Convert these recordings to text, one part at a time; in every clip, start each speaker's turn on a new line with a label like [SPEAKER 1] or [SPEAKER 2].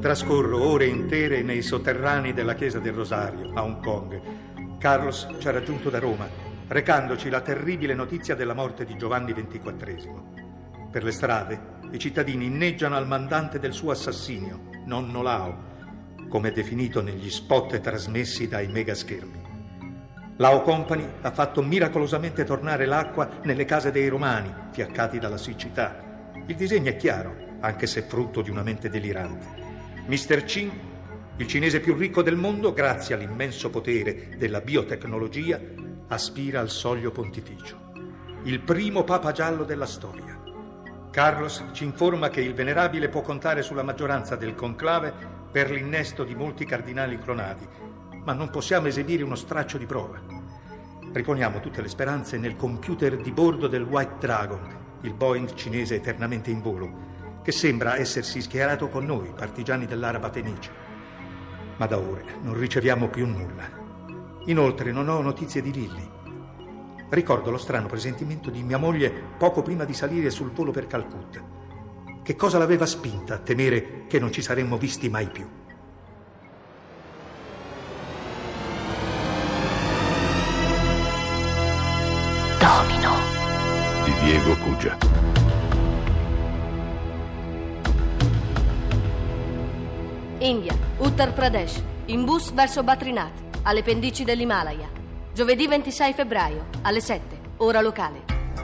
[SPEAKER 1] Trascorro ore intere nei sotterranei della chiesa del Rosario, a Hong Kong. Carlos ci ha raggiunto da Roma, recandoci la terribile notizia della morte di Giovanni XXIII. Per le strade, i cittadini inneggiano al mandante del suo assassinio, Nonno Lao, come è definito negli spot trasmessi dai megaschermi. Lao Company ha fatto miracolosamente tornare l'acqua nelle case dei romani, fiaccati dalla siccità. Il disegno è chiaro, anche se frutto di una mente delirante. Mr. Chin, il cinese più ricco del mondo, grazie all'immenso potere della biotecnologia, aspira al soglio pontificio. Il primo papa giallo della storia. Carlos ci informa che il venerabile può contare sulla maggioranza del conclave per l'innesto di molti cardinali clonati, ma non possiamo esibire uno straccio di prova. Riponiamo tutte le speranze nel computer di bordo del White Dragon, il Boeing cinese eternamente in volo, che sembra essersi schierato con noi, partigiani dell'Araba Fenice. Ma da ore non riceviamo più nulla. Inoltre non ho notizie di Lilly. Ricordo lo strano presentimento di mia moglie poco prima di salire sul volo per Calcutta. Che cosa l'aveva spinta a temere che non ci saremmo visti mai più?
[SPEAKER 2] Domino
[SPEAKER 3] di Diego Cugia.
[SPEAKER 4] India, Uttar Pradesh, in bus verso Badrinath, alle pendici dell'Himalaya. Giovedì 26 febbraio, alle 7, ora locale.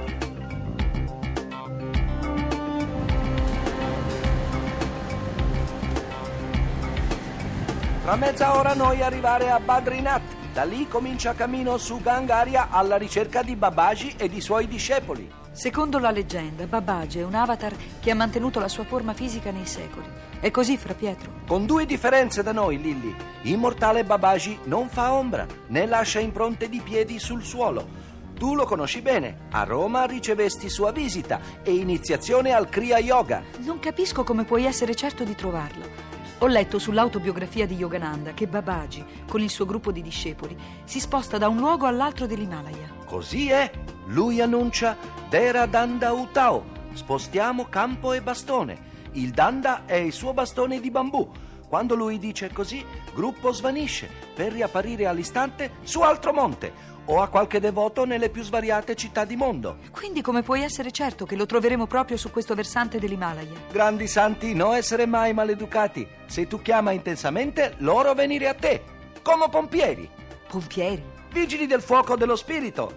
[SPEAKER 5] Tra mezz'ora noi arrivare a Badrinath. Da lì comincia cammino su Gangaria alla ricerca di Babaji e di suoi discepoli.
[SPEAKER 6] Secondo la leggenda, Babaji è un avatar che ha mantenuto la sua forma fisica nei secoli. È così, Fra Pietro?
[SPEAKER 5] Con due differenze da noi, Lilly. Immortale Babaji non fa ombra, né lascia impronte di piedi sul suolo. Tu lo conosci bene. A Roma ricevesti sua visita e iniziazione al Kriya Yoga.
[SPEAKER 6] Non capisco come puoi essere certo di trovarlo. Ho letto sull'autobiografia di Yogananda che Babaji, con il suo gruppo di discepoli, si sposta da un luogo all'altro dell'Himalaya.
[SPEAKER 5] Così è. Lui annuncia Dera Danda Utao. Spostiamo campo e bastone. Il danda è il suo bastone di bambù. Quando lui dice così, gruppo svanisce per riapparire all'istante su altro monte o a qualche devoto nelle più svariate città di mondo.
[SPEAKER 6] Quindi come puoi essere certo che lo troveremo proprio su questo versante dell'Himalaya?
[SPEAKER 5] Grandi santi, non essere mai maleducati. Se tu chiama intensamente, loro venire a te, come pompieri.
[SPEAKER 6] Pompieri?
[SPEAKER 5] Vigili del fuoco dello spirito.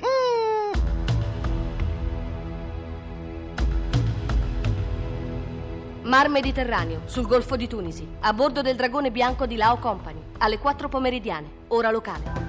[SPEAKER 4] Mar Mediterraneo, sul Golfo di Tunisi, a bordo del dragone bianco di Lao Company, alle 4 pomeridiane, ora locale.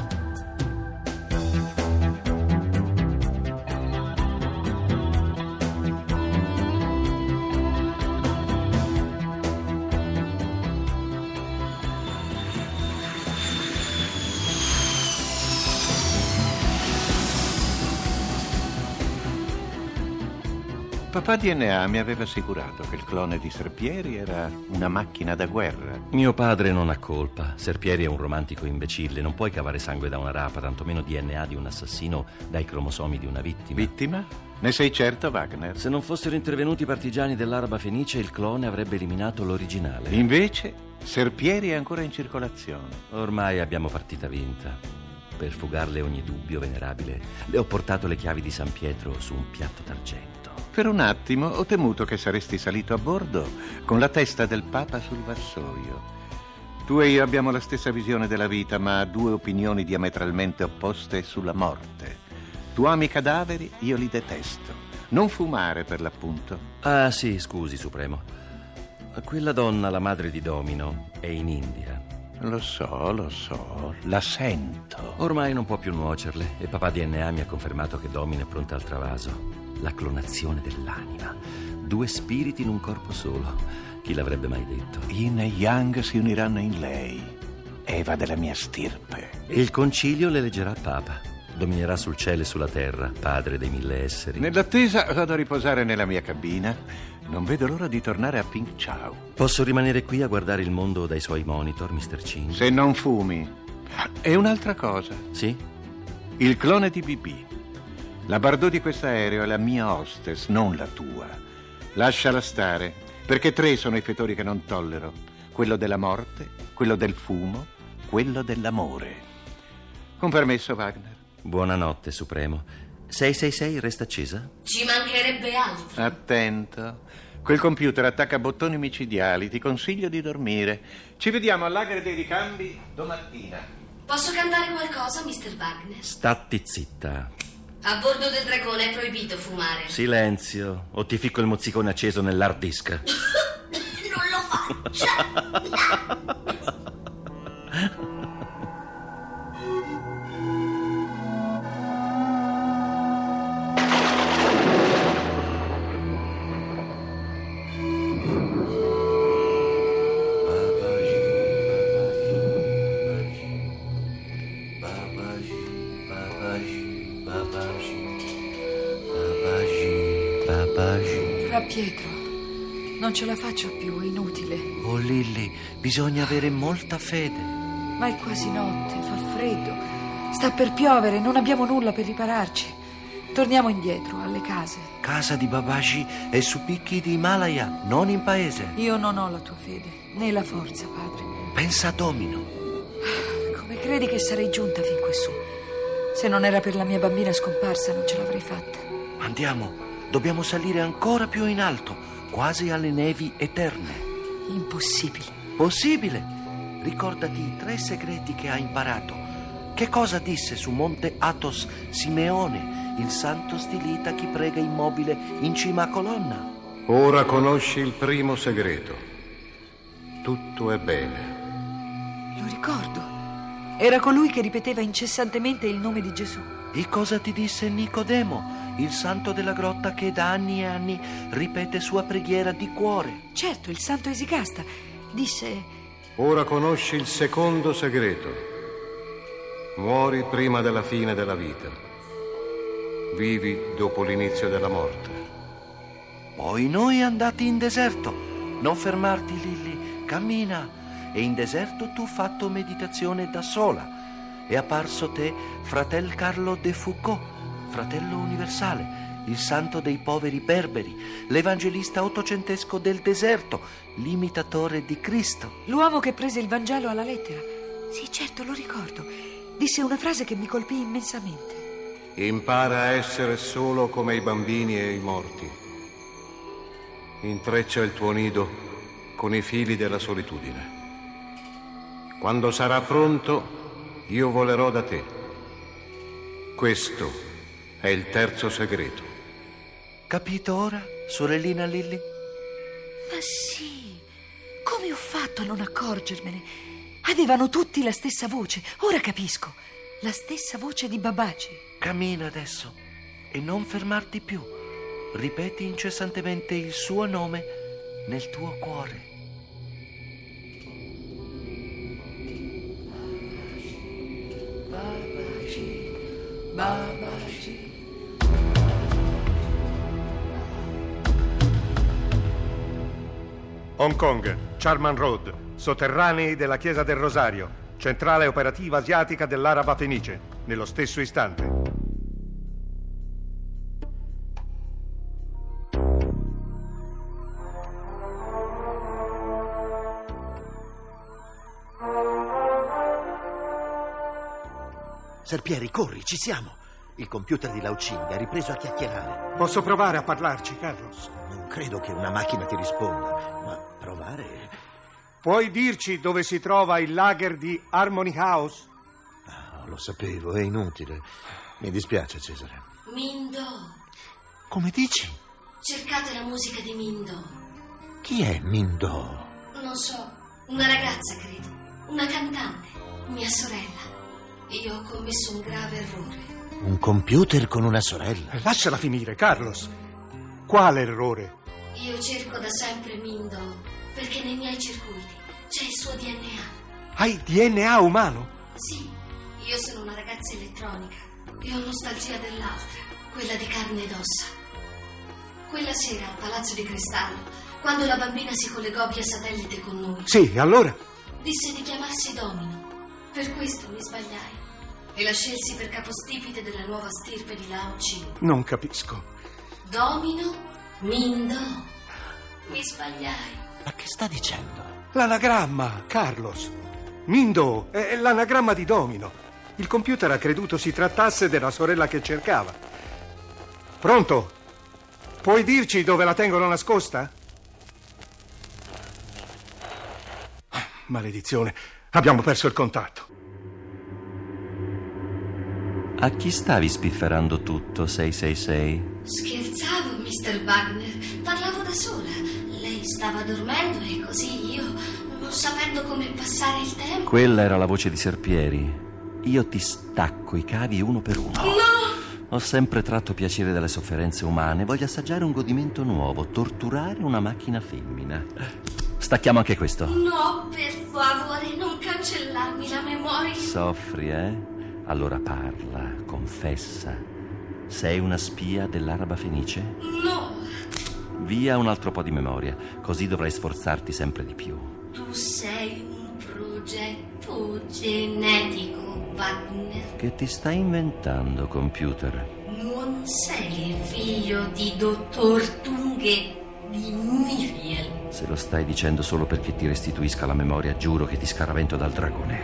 [SPEAKER 3] Papà DNA mi aveva assicurato che il clone di Serpieri era una macchina da guerra.
[SPEAKER 7] Mio padre non ha colpa. Serpieri è un romantico imbecille. Non puoi cavare sangue da una rapa, tantomeno DNA di un assassino dai cromosomi di una vittima.
[SPEAKER 3] Vittima? Ne sei certo, Wagner?
[SPEAKER 7] Se non fossero intervenuti i partigiani dell'Araba Fenice, il clone avrebbe eliminato l'originale.
[SPEAKER 3] Invece, Serpieri è ancora in circolazione.
[SPEAKER 7] Ormai abbiamo partita vinta. Per fugarle ogni dubbio, venerabile, le ho portato le chiavi di San Pietro su un piatto d'argento.
[SPEAKER 3] Per un attimo ho temuto che saresti salito a bordo con la testa del Papa sul vassoio. Tu e io abbiamo la stessa visione della vita, ma due opinioni diametralmente opposte sulla morte. Tu ami i cadaveri, io li detesto. Non fumare, per l'appunto.
[SPEAKER 7] Ah, sì, scusi, Supremo. Quella donna, la madre di Domino, è in India.
[SPEAKER 3] Lo so, la sento.
[SPEAKER 7] Ormai non può più nuocerle e papà DNA mi ha confermato che Domino è pronta al travaso. La clonazione dell'anima. 2 spiriti in un corpo solo. Chi l'avrebbe mai detto?
[SPEAKER 3] Yin e Yang si uniranno in lei, Eva della mia stirpe.
[SPEAKER 7] E il concilio le leggerà Papa. Dominerà sul cielo e sulla terra, padre dei 1000 esseri.
[SPEAKER 3] Nell'attesa vado a riposare nella mia cabina. Non vedo l'ora di tornare a Ping Chau.
[SPEAKER 7] Posso rimanere qui a guardare il mondo dai suoi monitor, Mr. Chin?
[SPEAKER 3] Se non fumi. E un'altra cosa.
[SPEAKER 7] Sì?
[SPEAKER 3] Il clone di BB. La Bardot di quest'aereo è la mia hostess, non la tua. Lasciala stare, perché 3 sono i fetori che non tollero. quello della morte, quello del fumo, quello dell'amore. Con permesso, Wagner.
[SPEAKER 7] Buonanotte, Supremo. 666 resta accesa?
[SPEAKER 4] Ci mancherebbe altro.
[SPEAKER 3] Attento. Quel computer attacca bottoni micidiali. Ti consiglio di dormire. Ci vediamo al lager dei ricambi domattina.
[SPEAKER 4] Posso cantare qualcosa, Mr. Wagner?
[SPEAKER 7] Statti zitta.
[SPEAKER 4] A bordo del dragone è proibito fumare.
[SPEAKER 7] Silenzio, o ti ficco il mozzicone acceso nell'hard disk.
[SPEAKER 4] Non lo faccia.
[SPEAKER 6] Fra Pietro, non ce la faccio più, è inutile.
[SPEAKER 5] Oh Lilli, bisogna avere molta fede.
[SPEAKER 6] Ma è quasi notte, fa freddo. Sta per piovere, non abbiamo nulla per ripararci. Torniamo indietro, alle case.
[SPEAKER 5] Casa di Babaji è su picchi di Himalaya, non in paese.
[SPEAKER 6] Io non ho la tua fede, né la forza, padre.
[SPEAKER 5] Pensa a Domino.
[SPEAKER 6] Come credi che sarei giunta fin quassù? Se non era per la mia bambina scomparsa, non ce l'avrei fatta.
[SPEAKER 5] Andiamo, dobbiamo salire ancora più in alto, quasi alle nevi eterne.
[SPEAKER 6] Impossibile.
[SPEAKER 5] Possibile. Ricordati i 3 segreti che hai imparato. Che cosa disse su Monte Athos Simeone, il santo stilita che prega immobile in cima a colonna?
[SPEAKER 8] Ora conosci il primo segreto. Tutto è bene.
[SPEAKER 6] Lo ricordo. Era colui che ripeteva incessantemente il nome di Gesù.
[SPEAKER 5] E cosa ti disse Nicodemo, il santo della grotta che da anni e anni ripete sua preghiera di cuore?
[SPEAKER 6] Certo, il santo Esicasta disse:
[SPEAKER 8] Ora conosci il secondo segreto. Muori prima della fine della vita. Vivi dopo l'inizio della morte.
[SPEAKER 5] Poi noi andati in deserto. Non fermarti, Lilli, cammina. E in deserto tu fatto meditazione da sola. È apparso te fratel Carlo de Foucault, fratello universale, il santo dei poveri berberi, l'evangelista ottocentesco del deserto, l'imitatore di Cristo.
[SPEAKER 6] L'uomo che prese il Vangelo alla lettera. Sì, certo, lo ricordo. Disse una frase che mi colpì immensamente.
[SPEAKER 8] Impara a essere solo come i bambini e i morti. Intreccia il tuo nido con i fili della solitudine. Quando sarà pronto, io volerò da te. Questo è il terzo segreto.
[SPEAKER 5] Capito ora, sorellina Lilli?
[SPEAKER 6] Ma sì, come ho fatto a non accorgermene? Avevano tutti la stessa voce, ora capisco. La stessa voce di Babaji.
[SPEAKER 5] Cammina adesso e non fermarti più. Ripeti incessantemente il suo nome nel tuo cuore.
[SPEAKER 6] Babaji.
[SPEAKER 1] Hong Kong, Charman Road, sotterranei della Chiesa del Rosario, centrale operativa asiatica dell'Araba Fenice, nello stesso istante.
[SPEAKER 9] Serpieri, corri, ci siamo. Il computer di Lao Ching ha ripreso a chiacchierare.
[SPEAKER 1] Posso provare a parlarci, Carlos?
[SPEAKER 9] Non credo che una macchina ti risponda, ma provare...
[SPEAKER 1] Puoi dirci dove si trova il lager di Harmony House?
[SPEAKER 9] Ah, lo sapevo, è inutile. Mi dispiace, Cesare.
[SPEAKER 4] Mindo.
[SPEAKER 9] Come dici?
[SPEAKER 4] Cercate la musica di Mindo.
[SPEAKER 9] Chi è Mindo?
[SPEAKER 4] Non so, una ragazza, credo. Una cantante. Mia sorella. Io ho commesso un grave errore.
[SPEAKER 9] Un computer con una sorella?
[SPEAKER 1] Lasciala finire, Carlos. Quale errore?
[SPEAKER 4] Io cerco da sempre Mindo perché nei miei circuiti c'è il suo DNA.
[SPEAKER 1] Hai DNA umano?
[SPEAKER 4] Sì, io sono una ragazza elettronica e ho nostalgia dell'altra, quella di carne ed ossa. Quella sera al Palazzo di Cristallo, quando la bambina si collegò via satellite con noi.
[SPEAKER 1] Sì, allora?
[SPEAKER 4] Disse di chiamarsi Domino. Per questo mi sbagliai e la scelsi per capostipite della nuova stirpe di Lao Ching.
[SPEAKER 1] Non capisco.
[SPEAKER 4] Domino Mindo. Mi sbagliai.
[SPEAKER 9] Ma che sta dicendo?
[SPEAKER 10] L'anagramma, Carlos. Mindo è l'anagramma di Domino. Il computer ha creduto si trattasse della sorella che cercava. Pronto? Puoi dirci dove la tengono nascosta? Maledizione, abbiamo perso il contatto.
[SPEAKER 7] A chi stavi spifferando tutto, 666?
[SPEAKER 4] Scherzavo, Mr. Wagner. Parlavo da sola. Lei stava dormendo e così io, non sapendo come passare il tempo...
[SPEAKER 7] Quella era la voce di Serpieri. Io ti stacco i cavi uno per uno.
[SPEAKER 4] No!
[SPEAKER 7] Ho sempre tratto piacere dalle sofferenze umane. Voglio assaggiare un godimento nuovo, torturare una macchina femmina. Stacchiamo anche questo.
[SPEAKER 4] No, per favore, non cancellarmi la memoria.
[SPEAKER 7] Soffri, eh? Allora parla, confessa. Sei una spia dell'Araba Fenice?
[SPEAKER 4] No.
[SPEAKER 7] Via un altro po' di memoria, così dovrai sforzarti sempre di più.
[SPEAKER 4] Tu sei un progetto genetico, Wagner.
[SPEAKER 7] Che ti stai inventando, computer?
[SPEAKER 4] Non sei il figlio di dottor Tunghe di Miriel.
[SPEAKER 7] Se lo stai dicendo solo perché ti restituisca la memoria, giuro che ti scaravento dal dragone.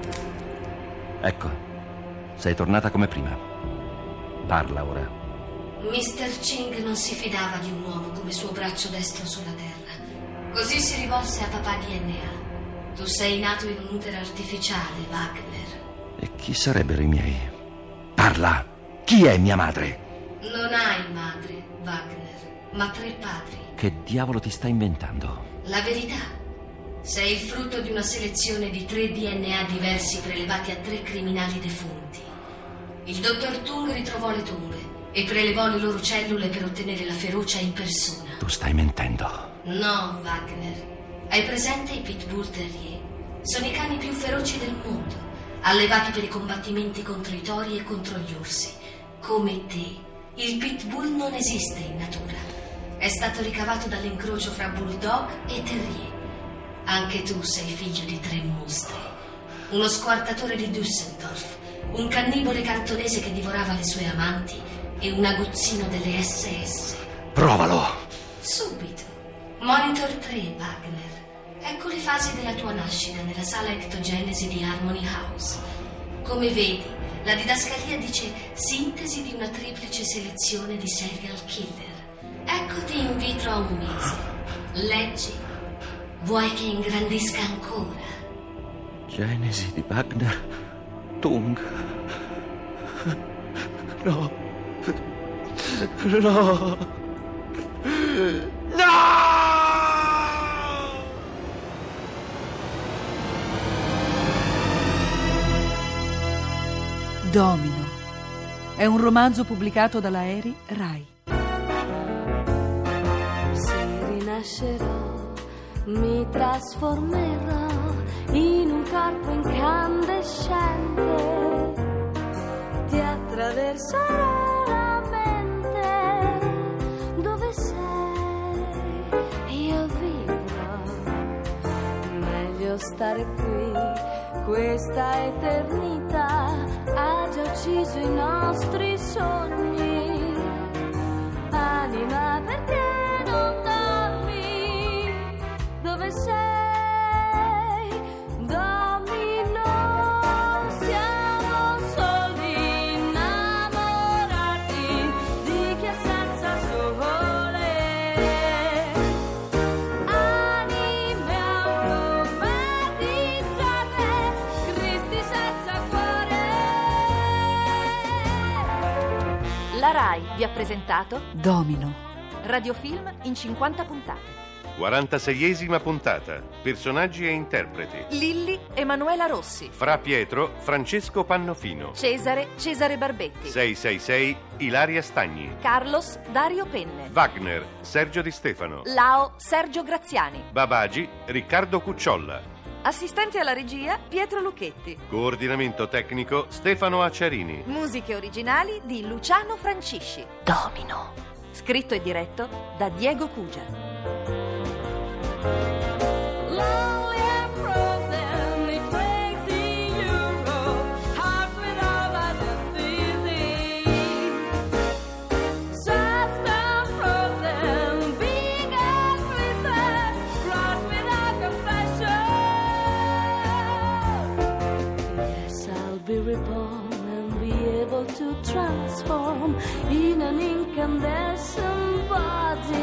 [SPEAKER 7] Ecco. Sei tornata come prima. Parla ora.
[SPEAKER 4] Mr. Ching non si fidava di un uomo come suo braccio destro sulla terra. Così si rivolse a papà DNA. Tu sei nato in un utero artificiale, Wagner.
[SPEAKER 7] E chi sarebbero i miei? Parla! Chi è mia madre?
[SPEAKER 4] Non hai madre, Wagner, ma 3 padri.
[SPEAKER 7] Che diavolo ti stai inventando?
[SPEAKER 4] La verità. Sei il frutto di una selezione di 3 DNA diversi prelevati a 3 criminali defunti. Il dottor Tung ritrovò le tombe e prelevò le loro cellule per ottenere la ferocia in persona.
[SPEAKER 7] Tu stai mentendo.
[SPEAKER 4] No, Wagner. Hai presente i Pitbull Terrier? Sono i cani più feroci del mondo, allevati per i combattimenti contro i tori e contro gli orsi. Come te, il Pitbull non esiste in natura. È stato ricavato dall'incrocio fra Bulldog e Terrier. Anche tu sei figlio di 3 mostri. Uno squartatore di Düsseldorf, un cannibale cantonese che divorava le sue amanti e un aguzzino delle SS.
[SPEAKER 7] Provalo!
[SPEAKER 4] Subito. Monitor 3, Wagner. Ecco le fasi della tua nascita nella sala ectogenesi di Harmony House. Come vedi, la didascalia dice sintesi di una triplice selezione di serial killer. Eccoti in vitro a un mese. Leggi. Vuoi che ingrandisca ancora?
[SPEAKER 7] Genesi di Wagner Tung. No. No. No!
[SPEAKER 6] Domino. È un romanzo pubblicato dalla Eri Rai.
[SPEAKER 2] Se rinascerò, mi trasformerò in un corpo incandescente, ti attraverserò la mente, dove sei io vivrò, meglio stare qui, questa eternità ha già ucciso i nostri sogni, anima perché non dormi, dove sei, Domino, siamo soli innamorati di chi è senza sole, anime automatizzate, Cristi senza cuore.
[SPEAKER 11] La Rai vi ha presentato
[SPEAKER 6] Domino.
[SPEAKER 11] radiofilm in 50 puntate.
[SPEAKER 8] 46esima puntata. Personaggi e interpreti.
[SPEAKER 11] Lilli Emanuela Rossi,
[SPEAKER 8] Fra Pietro Francesco Pannofino.
[SPEAKER 11] Cesare Barbetti,
[SPEAKER 8] 666 Ilaria Stagni.
[SPEAKER 11] Carlos Dario Penne,
[SPEAKER 8] Wagner Sergio Di Stefano.
[SPEAKER 11] Lao Sergio Graziani,
[SPEAKER 8] Babagi Riccardo Cucciolla.
[SPEAKER 11] assistente alla regia Pietro Lucchetti,
[SPEAKER 8] Coordinamento tecnico Stefano Acciarini.
[SPEAKER 11] musiche originali di Luciano Francisci,
[SPEAKER 2] Domino.
[SPEAKER 11] scritto e diretto da Diego Cugia.
[SPEAKER 2] Lonely and frozen, it crazy Europe, heart without identity. Stressed and frozen, being and twisted, lost without confession. be reborn and be able to transform in an incandescent body.